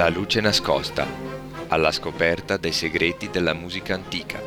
La luce nascosta, alla scoperta dei segreti della musica antica.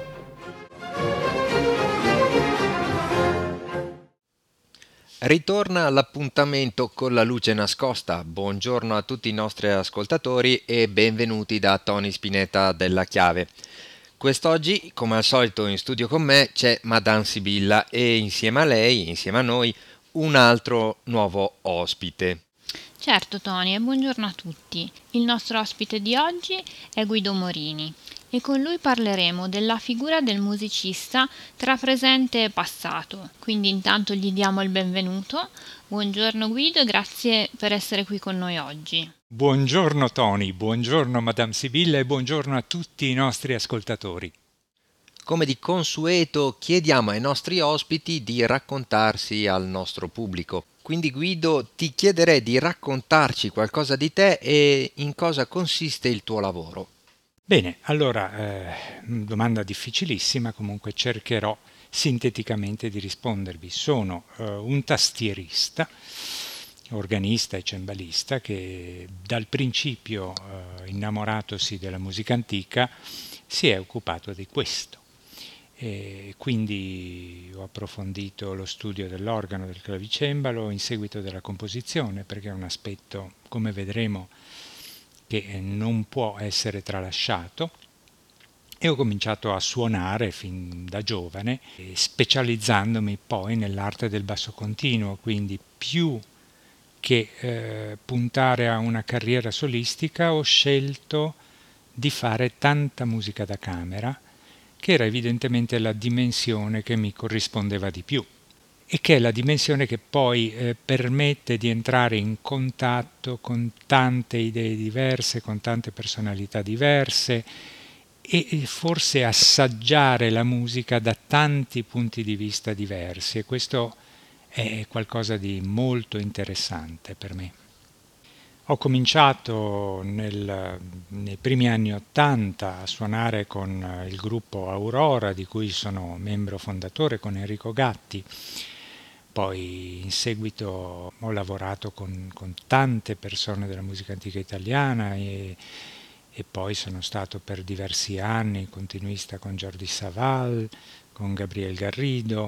Ritorna l'appuntamento con la luce nascosta. Buongiorno a tutti i nostri ascoltatori e benvenuti da Tony Spinetta della Chiave. Quest'oggi, come al solito, in studio con me c'è Madame Sibilla e insieme a lei, insieme a noi, un altro nuovo ospite. Certo Tony, e buongiorno a tutti. Il nostro ospite di oggi è Guido Morini e con lui parleremo della figura del musicista tra presente e passato. Quindi intanto gli diamo il benvenuto. Buongiorno Guido e grazie per essere qui con noi oggi. Buongiorno Tony, buongiorno Madame Sibilla e buongiorno a tutti i nostri ascoltatori. Come di consueto chiediamo ai nostri ospiti di raccontarsi al nostro pubblico. Quindi Guido ti chiederei di raccontarci qualcosa di te e in cosa consiste il tuo lavoro. Bene, allora, domanda difficilissima, comunque cercherò sinteticamente di rispondervi. Sono un tastierista, organista e cembalista che dal principio, innamoratosi della musica antica, si è occupato di questo. E quindi ho approfondito lo studio dell'organo, del clavicembalo, in seguito della composizione, perché è un aspetto, come vedremo, che non può essere tralasciato. E ho cominciato a suonare fin da giovane, specializzandomi poi nell'arte del basso continuo, quindi più che puntare a una carriera solistica ho scelto di fare tanta musica da camera, che era evidentemente la dimensione che mi corrispondeva di più e che è la dimensione che poi permette di entrare in contatto con tante idee diverse, con tante personalità diverse e forse assaggiare la musica da tanti punti di vista diversi, e questo è qualcosa di molto interessante per me. Ho cominciato nei primi anni '80 a suonare con il gruppo Aurora, di cui sono membro fondatore con Enrico Gatti. Poi in seguito ho lavorato con tante persone della musica antica italiana e poi sono stato per diversi anni continuista con Jordi Savall, con Gabriel Garrido.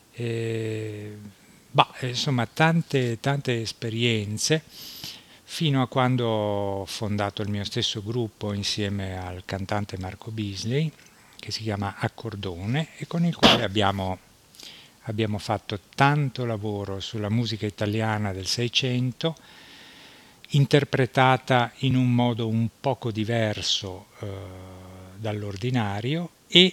Insomma, tante esperienze, fino a quando ho fondato il mio stesso gruppo insieme al cantante Marco Beasley, che si chiama Accordone, e con il quale abbiamo fatto tanto lavoro sulla musica italiana del Seicento, interpretata in un modo un poco diverso dall'ordinario,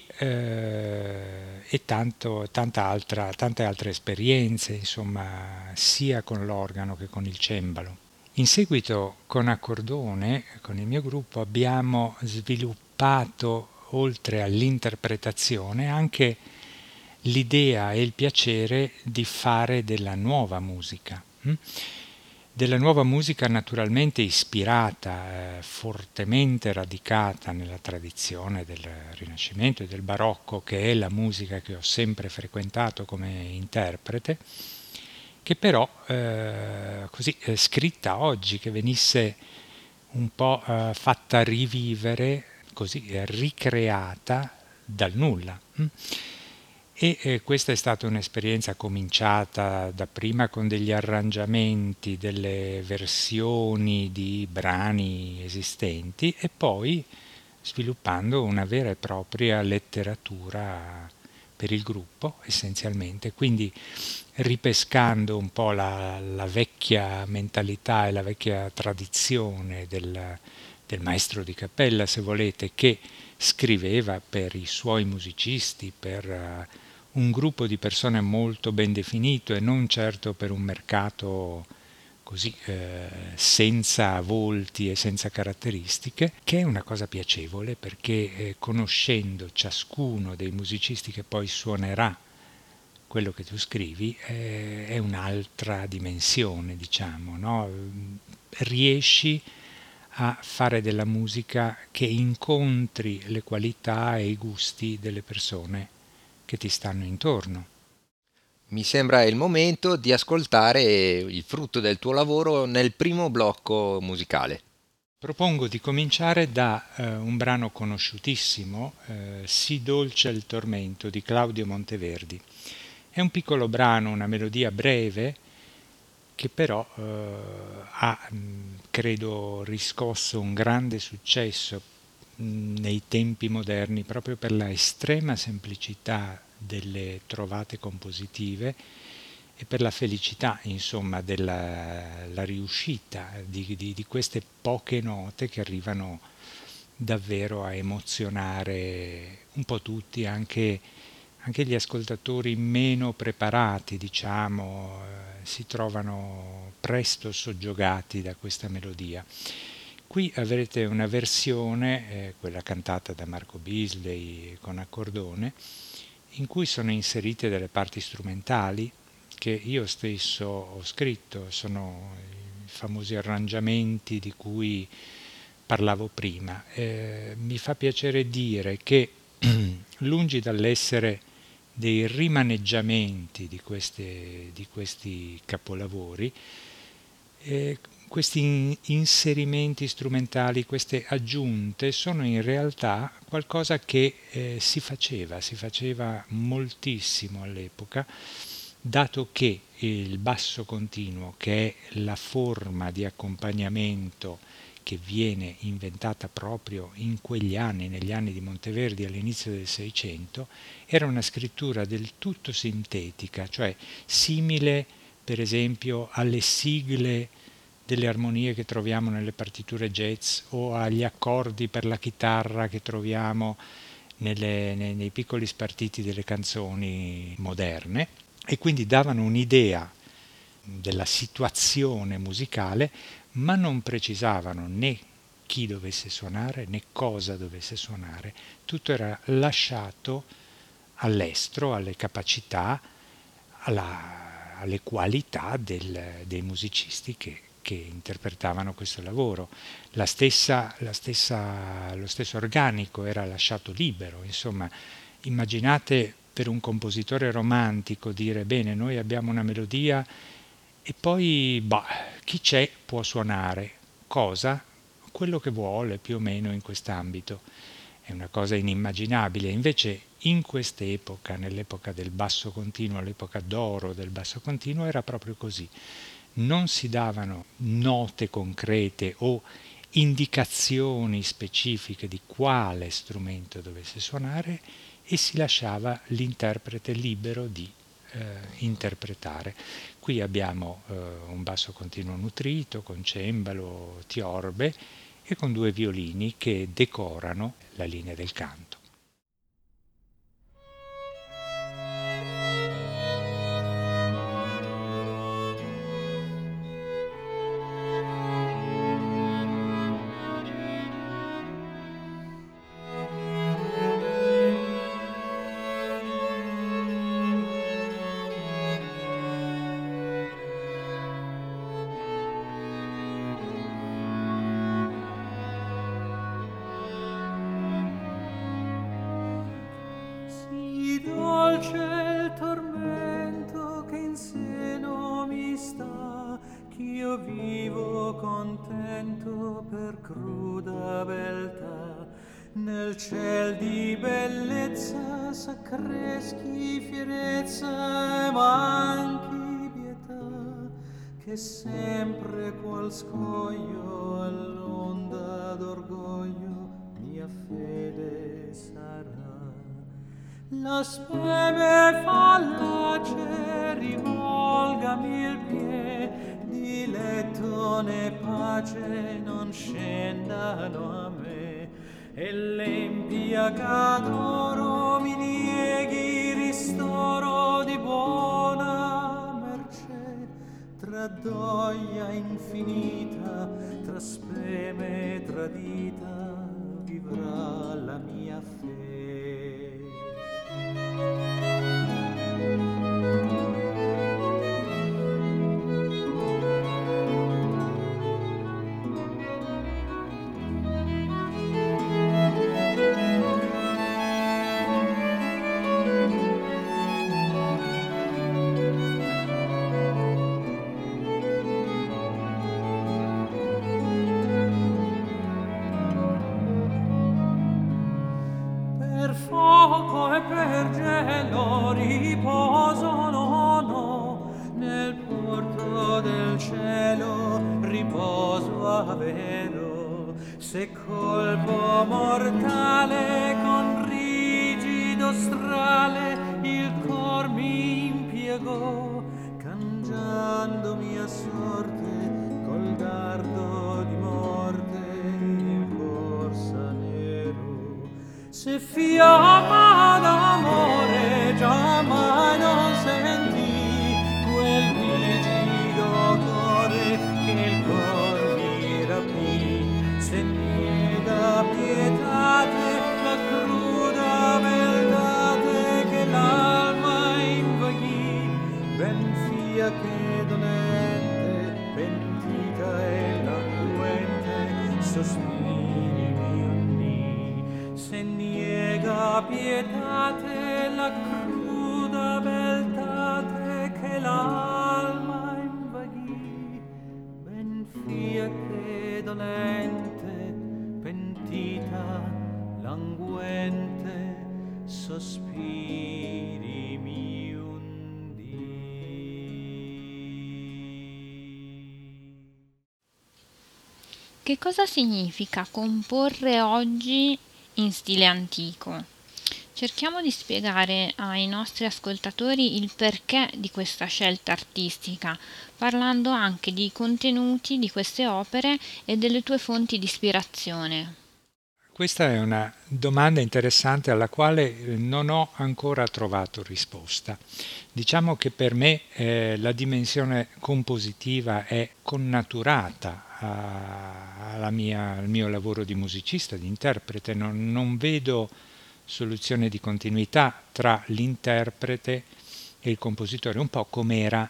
e tante altre esperienze, insomma, sia con l'organo che con il cembalo. In seguito con Accordone, con il mio gruppo, abbiamo sviluppato, oltre all'interpretazione, anche l'idea e il piacere di fare della nuova musica. Della nuova musica naturalmente ispirata, fortemente radicata nella tradizione del Rinascimento e del Barocco, che è la musica che ho sempre frequentato come interprete, che però scritta oggi, che venisse un po' fatta rivivere, così ricreata dal nulla. Questa è stata un'esperienza cominciata dapprima con degli arrangiamenti, delle versioni di brani esistenti, e poi sviluppando una vera e propria letteratura per il gruppo, essenzialmente. Quindi ripescando un po' la vecchia mentalità e la vecchia tradizione del maestro di cappella, se volete, che scriveva per i suoi musicisti, per un gruppo di persone molto ben definito e non certo per un mercato così senza volti e senza caratteristiche, che è una cosa piacevole, perché conoscendo ciascuno dei musicisti che poi suonerà quello che tu scrivi, è un'altra dimensione, diciamo, no? Riesci a fare della musica che incontri le qualità e i gusti delle persone che ti stanno intorno. Mi sembra il momento di ascoltare il frutto del tuo lavoro nel primo blocco musicale. Propongo di cominciare da un brano conosciutissimo, Si dolce il tormento di Claudio Monteverdi. È un piccolo brano, una melodia breve, che però ha, credo, riscosso un grande successo nei tempi moderni proprio per la estrema semplicità delle trovate compositive e per la felicità, insomma, della la riuscita di queste poche note che arrivano davvero a emozionare un po' tutti, anche gli ascoltatori meno preparati, diciamo, si trovano presto soggiogati da questa melodia. Qui avrete una versione, quella cantata da Marco Beasley con accordone, in cui sono inserite delle parti strumentali che io stesso ho scritto, sono i famosi arrangiamenti di cui parlavo prima. Mi fa piacere dire che lungi dall'essere dei rimaneggiamenti di questi capolavori, questi inserimenti strumentali, queste aggiunte sono in realtà qualcosa che si faceva moltissimo all'epoca, dato che il basso continuo, che è la forma di accompagnamento che viene inventata proprio in quegli anni, negli anni di Monteverdi all'inizio del Seicento, era una scrittura del tutto sintetica, cioè simile per esempio alle sigle delle armonie che troviamo nelle partiture jazz o agli accordi per la chitarra che troviamo nei piccoli spartiti delle canzoni moderne, e quindi davano un'idea della situazione musicale, ma non precisavano né chi dovesse suonare né cosa dovesse suonare. Tutto era lasciato all'estro, alle capacità, alle qualità dei musicisti che interpretavano questo lavoro. Lo stesso organico era lasciato libero, insomma, immaginate per un compositore romantico dire bene, noi abbiamo una melodia e poi chi c'è può suonare cosa? Quello che vuole più o meno in quest'ambito. È una cosa inimmaginabile. Invece in quest'epoca, nell'epoca del basso continuo, l'epoca d'oro del basso continuo, era proprio così. Non si davano note concrete o indicazioni specifiche di quale strumento dovesse suonare e si lasciava l'interprete libero di interpretare. Qui abbiamo un basso continuo nutrito con cembalo, tiorbe e con due violini che decorano la linea del canto. Dolce il tormento che in seno mi sta, ch'io vivo contento per cruda beltà. Nel ciel di bellezza s'accreschi fierezza e manchi pietà, che sempre qual scoglio all'onda d'orgoglio mia fede sarà. La speme fallace rivolgami il pie, di letto né pace non scendano a me, e l'empia cadoro mi nieghi ristoro di buona mercé, tra doglia infinita, tra speme tradita, vivrà la mia fede. se colpo mortale con rigido strale il cor mi impiegò, cangiandomi a sorte col dardo di morte il corsa nero. Se fiamma d'amore giammai non sentì quel rigido core che il cor mi rapì, se niega pietate la cruda beldate che l'alma invaghi, ben fia che dolente, pentita e languente, sospiri miei, se niega pietate la cruda beltate che l'alma invaghi, ben fia che dolente, pentita, languente, sospiri miundi. Che cosa significa comporre oggi in stile antico? Cerchiamo di spiegare ai nostri ascoltatori il perché di questa scelta artistica, parlando anche di contenuti di queste opere e delle tue fonti di ispirazione. Questa è una domanda interessante alla quale non ho ancora trovato risposta. Diciamo che per me la dimensione compositiva è connaturata al mio lavoro di musicista, di interprete. Non vedo soluzione di continuità tra l'interprete e il compositore, un po' come era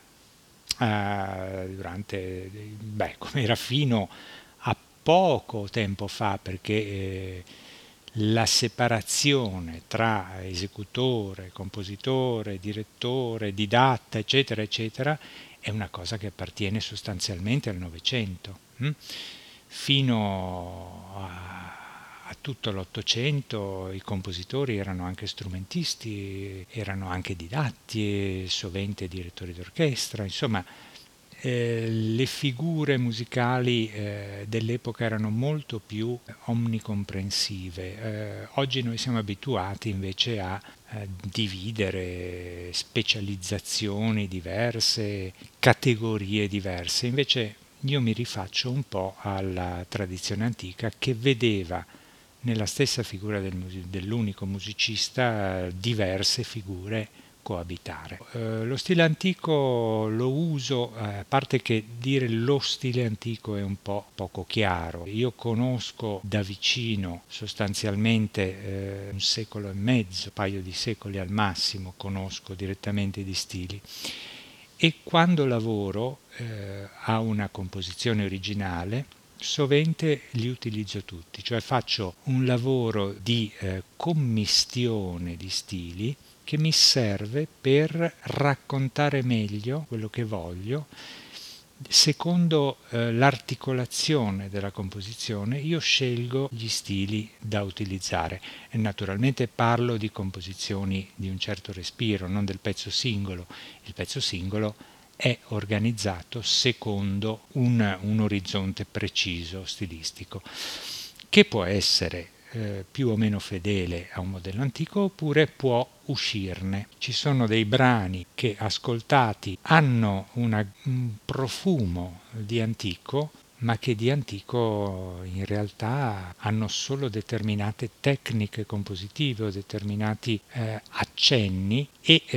come era fino a poco tempo fa, perché la separazione tra esecutore, compositore, direttore, didatta, eccetera, eccetera, è una cosa che appartiene sostanzialmente al Novecento. Fino a tutto l'Ottocento i compositori erano anche strumentisti, erano anche didatti, sovente direttori d'orchestra, insomma le figure musicali dell'epoca erano molto più omnicomprensive. Oggi noi siamo abituati invece a dividere specializzazioni diverse, categorie diverse. Invece io mi rifaccio un po' alla tradizione antica che vedeva nella stessa figura dell'unico musicista diverse figure coabitare. Lo stile antico lo uso, a parte che dire lo stile antico è un po' poco chiaro. Io conosco da vicino sostanzialmente un secolo e mezzo, un paio di secoli al massimo, conosco direttamente di stili. E quando lavoro a una composizione originale, sovente li utilizzo tutti, cioè faccio un lavoro di commistione di stili che mi serve per raccontare meglio quello che voglio. Secondo l'articolazione della composizione io scelgo gli stili da utilizzare e naturalmente parlo di composizioni di un certo respiro, non del pezzo singolo. Il pezzo singolo è organizzato secondo un orizzonte preciso stilistico, che può essere più o meno fedele a un modello antico oppure può uscirne. Ci sono dei brani che ascoltati hanno un profumo di antico, ma che di antico in realtà hanno solo determinate tecniche compositive o determinati accenni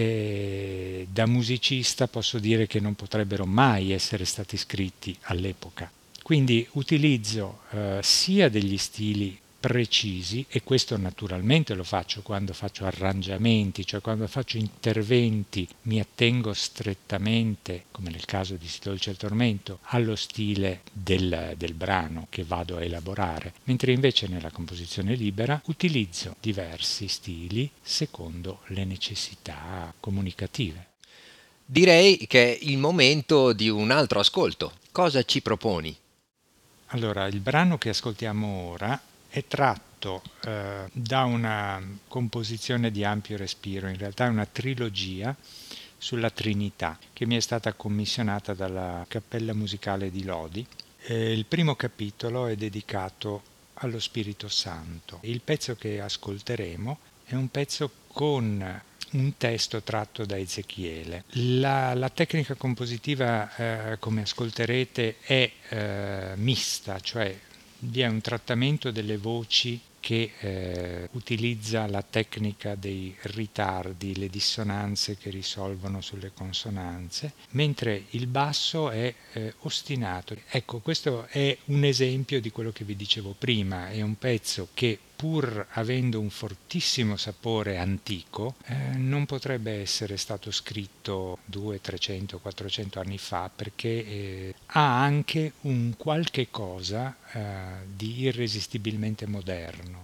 e da musicista posso dire che non potrebbero mai essere stati scritti all'epoca. Quindi utilizzo sia degli stili precisi, e questo naturalmente lo faccio quando faccio arrangiamenti, cioè quando faccio interventi mi attengo strettamente, come nel caso di Si dolce il tormento, allo stile del brano che vado a elaborare, mentre invece nella composizione libera utilizzo diversi stili secondo le necessità comunicative. Direi che è il momento di un altro ascolto. Cosa ci proponi? Allora, il brano che ascoltiamo ora è tratto da una composizione di ampio respiro, in realtà è una trilogia sulla Trinità che mi è stata commissionata dalla Cappella Musicale di Lodi. Il primo capitolo è dedicato allo Spirito Santo. Il pezzo che ascolteremo è un pezzo con un testo tratto da Ezechiele. La tecnica compositiva, come ascolterete, è mista, cioè vi è un trattamento delle voci che utilizza la tecnica dei ritardi, le dissonanze che risolvono sulle consonanze, mentre il basso è ostinato. Ecco, questo è un esempio di quello che vi dicevo prima, è un pezzo che pur avendo un fortissimo sapore antico, non potrebbe essere stato scritto 200, 300, 400 anni fa, perché ha anche un qualche cosa di irresistibilmente moderno.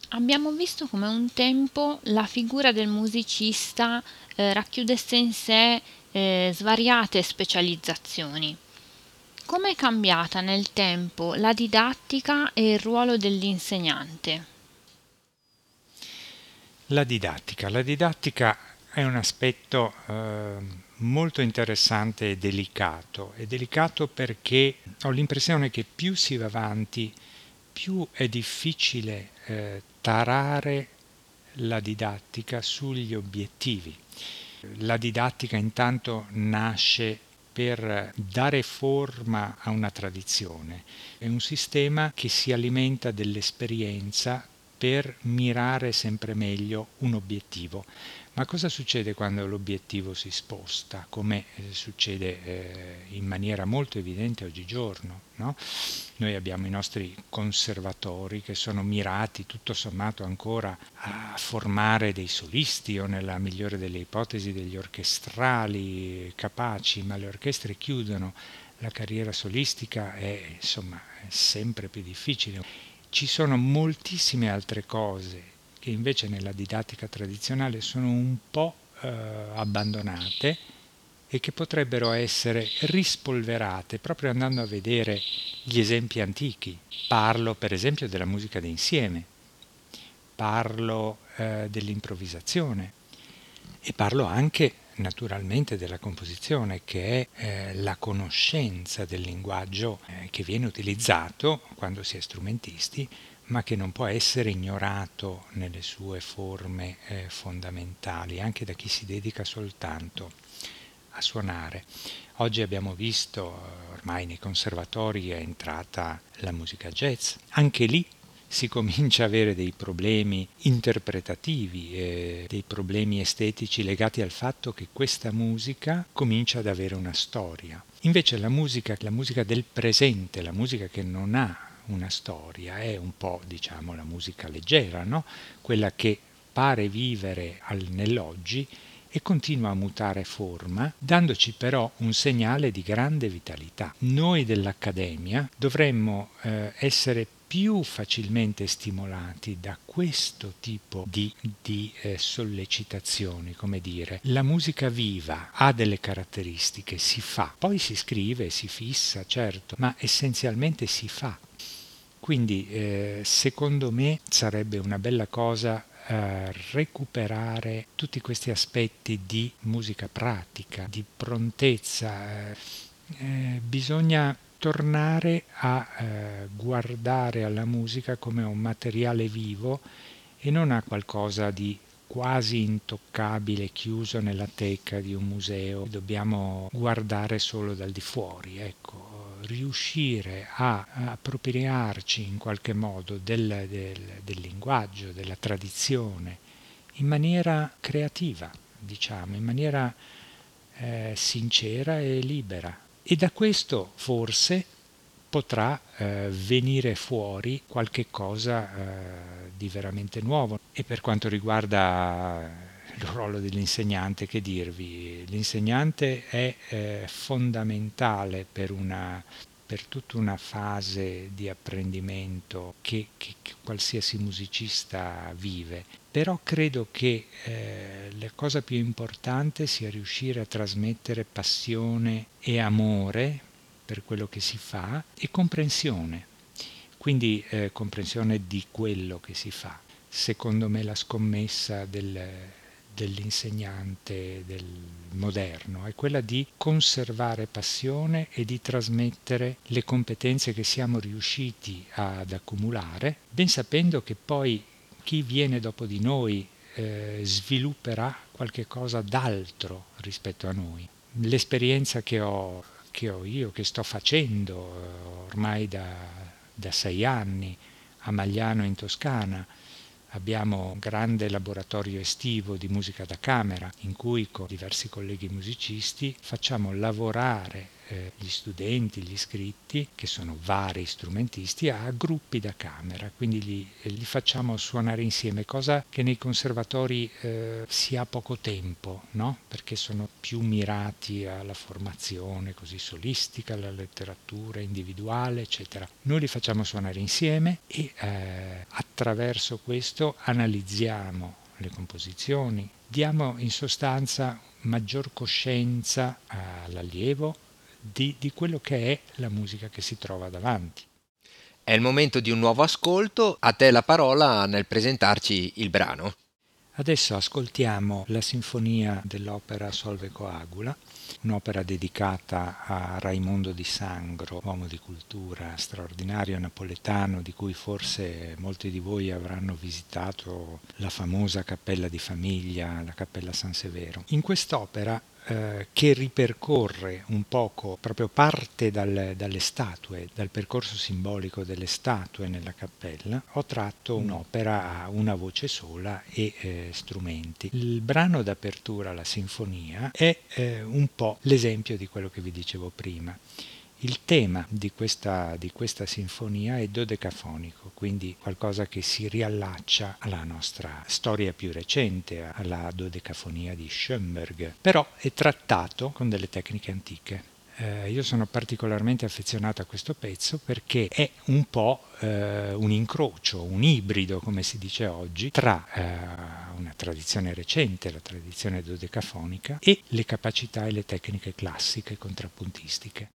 Abbiamo visto come un tempo la figura del musicista racchiudesse in sé svariate specializzazioni. Come è cambiata nel tempo la didattica e il ruolo dell'insegnante? La didattica. La didattica è un aspetto molto interessante e delicato. È delicato perché ho l'impressione che più si va avanti, più è difficile tarare la didattica sugli obiettivi. La didattica intanto nasce per dare forma a una tradizione. È un sistema che si alimenta dell'esperienza per mirare sempre meglio un obiettivo. Ma cosa succede quando l'obiettivo si sposta, come succede in maniera molto evidente oggigiorno, no? Noi abbiamo i nostri conservatori che sono mirati tutto sommato ancora a formare dei solisti o nella migliore delle ipotesi degli orchestrali capaci, ma le orchestre chiudono, la carriera solistica è insomma sempre più difficile. Ci sono moltissime altre cose che invece nella didattica tradizionale sono un po' abbandonate e che potrebbero essere rispolverate proprio andando a vedere gli esempi antichi. Parlo per esempio della musica d'insieme, parlo dell'improvvisazione e parlo anche naturalmente della composizione, che è la conoscenza del linguaggio che viene utilizzato quando si è strumentisti, ma che non può essere ignorato nelle sue forme fondamentali, anche da chi si dedica soltanto a suonare. Oggi abbiamo visto, ormai nei conservatori è entrata la musica jazz, anche lì si comincia a avere dei problemi interpretativi, dei problemi estetici legati al fatto che questa musica comincia ad avere una storia. Invece la musica del presente, la musica che non ha una storia, è un po', diciamo, la musica leggera, no? Quella che pare vivere nell'oggi e continua a mutare forma, dandoci però un segnale di grande vitalità. Noi dell'Accademia dovremmo essere più facilmente stimolati da questo tipo di sollecitazioni, come dire. La musica viva ha delle caratteristiche, si fa, poi si scrive, si fissa, certo, ma essenzialmente si fa. Quindi secondo me sarebbe una bella cosa recuperare tutti questi aspetti di musica pratica, di prontezza. Bisogna tornare a guardare alla musica come a un materiale vivo e non a qualcosa di quasi intoccabile, chiuso nella teca di un museo. Dobbiamo guardare solo dal di fuori, ecco, riuscire a appropriarci in qualche modo del linguaggio, della tradizione, in maniera creativa, diciamo, in maniera sincera e libera. E da questo forse potrà venire fuori qualche cosa di veramente nuovo. E per quanto riguarda il ruolo dell'insegnante, che dirvi? L'insegnante è fondamentale per tutta una fase di apprendimento che qualsiasi musicista vive. Però credo che la cosa più importante sia riuscire a trasmettere passione e amore per quello che si fa e comprensione, quindi comprensione di quello che si fa. Secondo me la scommessa dell'insegnante del moderno è quella di conservare passione e di trasmettere le competenze che siamo riusciti ad accumulare, ben sapendo che poi chi viene dopo di noi svilupperà qualche cosa d'altro rispetto a noi. L'esperienza che ho io, che sto facendo ormai da 6 anni a Magliano in Toscana. Abbiamo un grande laboratorio estivo di musica da camera in cui con diversi colleghi musicisti facciamo lavorare gli studenti, gli iscritti, che sono vari strumentisti, a gruppi da camera, quindi li facciamo suonare insieme, cosa che nei conservatori si ha poco tempo, no? Perché sono più mirati alla formazione così solistica, alla letteratura individuale, eccetera. Noi li facciamo suonare insieme e attraverso questo analizziamo le composizioni, diamo in sostanza maggior coscienza all'allievo di quello che è la musica che si trova davanti. È il momento di un nuovo ascolto, a te la parola nel presentarci il brano. Adesso ascoltiamo la sinfonia dell'opera Solve Coagula, un'opera dedicata a Raimondo di Sangro, uomo di cultura straordinario napoletano, di cui forse molti di voi avranno visitato la famosa cappella di famiglia, la cappella San Severo. In quest'opera che ripercorre un poco, proprio parte dalle statue, dal percorso simbolico delle statue nella cappella, ho tratto un'opera a una voce sola e strumenti. Il brano d'apertura, la sinfonia, è un po' l'esempio di quello che vi dicevo prima. Il tema di questa sinfonia è dodecafonico, quindi qualcosa che si riallaccia alla nostra storia più recente, alla dodecafonia di Schoenberg, però è trattato con delle tecniche antiche. Io sono particolarmente affezionato a questo pezzo perché è un po' un incrocio, un ibrido, come si dice oggi, tra una tradizione recente, la tradizione dodecafonica, e le capacità e le tecniche classiche contrappuntistiche.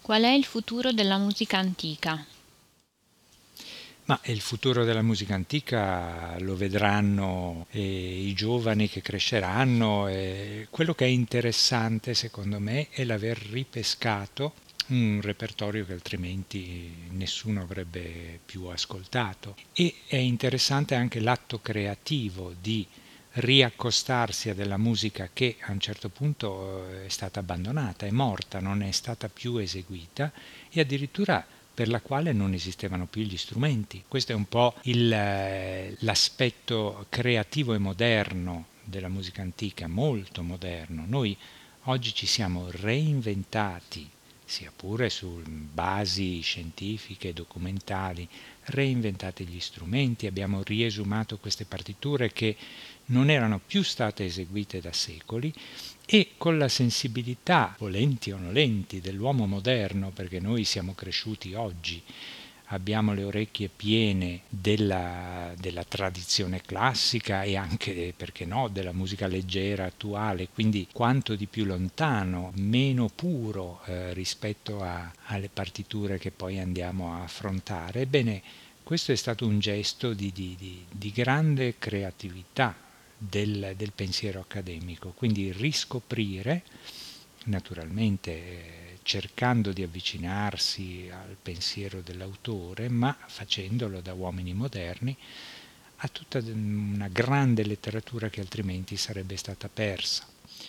Qual è il futuro della musica antica? Ma il futuro della musica antica lo vedranno i giovani che cresceranno. E quello che è interessante, secondo me, è l'aver ripescato un repertorio che altrimenti nessuno avrebbe più ascoltato. E è interessante anche l'atto creativo di riaccostarsi a della musica che a un certo punto è stata abbandonata, è morta, non è stata più eseguita e addirittura per la quale non esistevano più gli strumenti. Questo è un po' l'aspetto creativo e moderno della musica antica, molto moderno. Noi oggi ci siamo reinventati, sia pure su basi scientifiche, documentali, reinventati gli strumenti, abbiamo riesumato queste partiture che non erano più state eseguite da secoli e con la sensibilità, volenti o nolenti, dell'uomo moderno, perché noi siamo cresciuti oggi, abbiamo le orecchie piene della tradizione classica e anche, perché no, della musica leggera attuale, quindi quanto di più lontano, meno puro rispetto alle partiture che poi andiamo a affrontare. Ebbene, questo è stato un gesto di grande creatività del pensiero accademico, quindi riscoprire, naturalmente cercando di avvicinarsi al pensiero dell'autore, ma facendolo da uomini moderni, a tutta una grande letteratura che altrimenti sarebbe stata persa.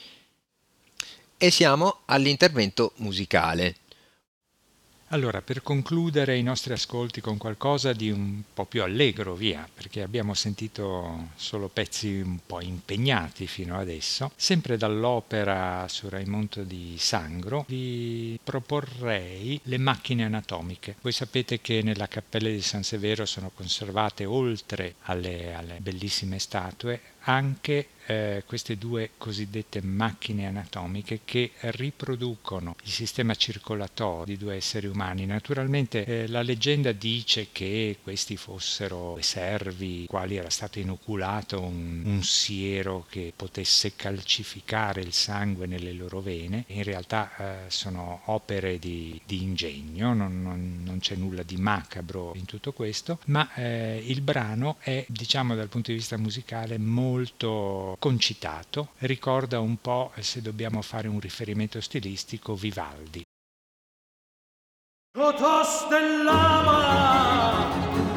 E siamo all'intervento musicale. Allora, per concludere i nostri ascolti con qualcosa di un po' più allegro, via, perché abbiamo sentito solo pezzi un po' impegnati fino adesso, sempre dall'opera su Raimondo di Sangro, vi proporrei Le macchine anatomiche. Voi sapete che nella cappella di San Severo sono conservate, oltre alle bellissime statue, anche queste due cosiddette macchine anatomiche che riproducono il sistema circolatorio di due esseri umani. Naturalmente la leggenda dice che questi fossero servi quali era stato inoculato un siero che potesse calcificare il sangue nelle loro vene. In realtà sono opere di ingegno, non c'è nulla di macabro in tutto questo, ma il brano è, diciamo dal punto di vista musicale, molto concitato, ricorda un po', se dobbiamo fare un riferimento stilistico, Vivaldi. Totos dell'ama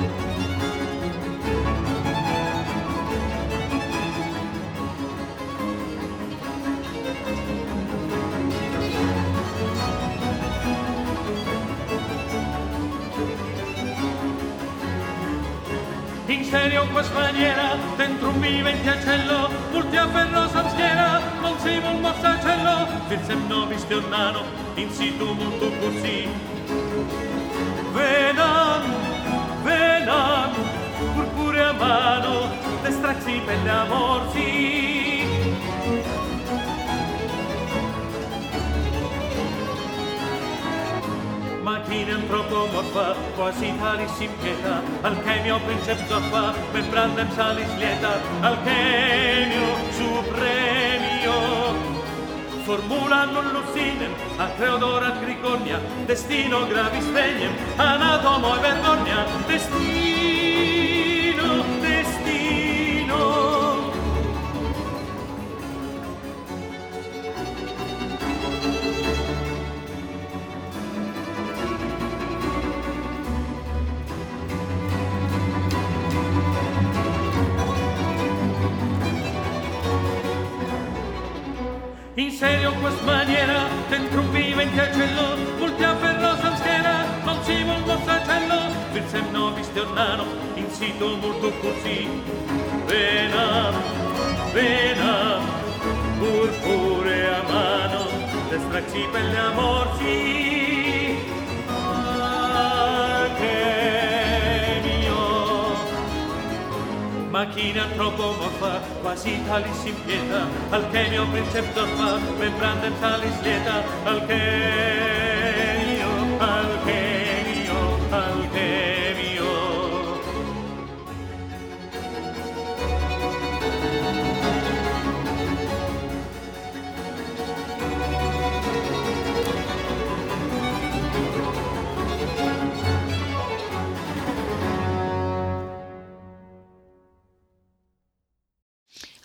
in serio in questa maniera, dentro un viventiacello, multi a ferrosa schiera, non si vuol mossacello, il semno viste un nano, in situ molto così. Venan, purpure a mano, destraxi per l'amorsi. Macchina antropomorfa, quasi tali si impieta, alchemio princeps zoppa, membrandem salis lieta, alchemio supremio. Formula non lucinem, a Creodora Grigonia, destino gravis vegnem, anatomo e vergogna, destino, destino. In serio in questa maniera, dentro un viventiacello, multi a ferrosa schiera, non si vuol mossacello, il semno viste un nano, in sito molto così. Vena, purpure a mano, destraxi per le amorsi. Macchina antropomorfa, quasi tali si impieta, alchemio princeps zoppa, membrandem salis lieta, alchemio, alchemio, alchemio.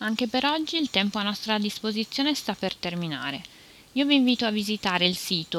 Anche per oggi il tempo a nostra disposizione sta per terminare. Io vi invito a visitare il sito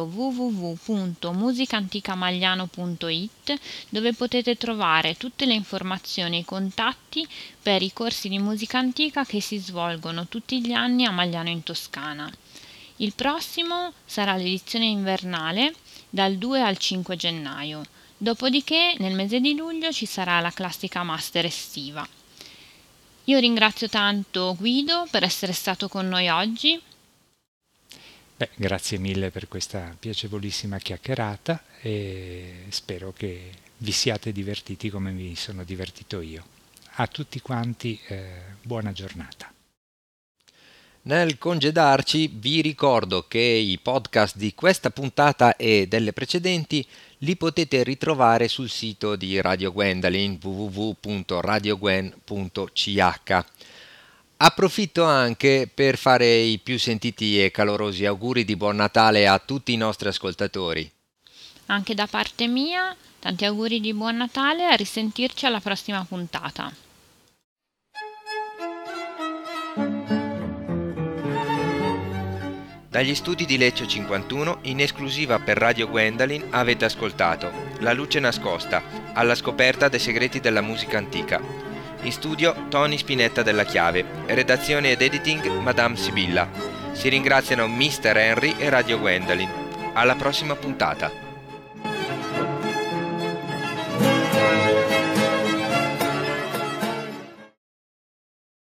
www.musicanticamagliano.it, dove potete trovare tutte le informazioni e i contatti per i corsi di musica antica che si svolgono tutti gli anni a Magliano in Toscana. Il prossimo sarà l'edizione invernale dal 2 al 5 gennaio. Dopodiché nel mese di luglio ci sarà la classica master estiva. Io ringrazio tanto Guido per essere stato con noi oggi. Grazie mille per questa piacevolissima chiacchierata e spero che vi siate divertiti come mi sono divertito io. A tutti quanti buona giornata. Nel congedarci vi ricordo che i podcast di questa puntata e delle precedenti li potete ritrovare sul sito di Radio Gwendalin, www.radiogwen.ch. Approfitto anche per fare i più sentiti e calorosi auguri di buon Natale a tutti i nostri ascoltatori. Anche da parte mia, tanti auguri di buon Natale e a risentirci alla prossima puntata. Dagli studi di Lecce 51, in esclusiva per Radio Gwendalin, avete ascoltato La luce nascosta, alla scoperta dei segreti della musica antica. In studio Tony Spinetta della Chiave, redazione ed editing Madame Sibilla. Si ringraziano Mr. Henry e Radio Gwendalin. Alla prossima puntata.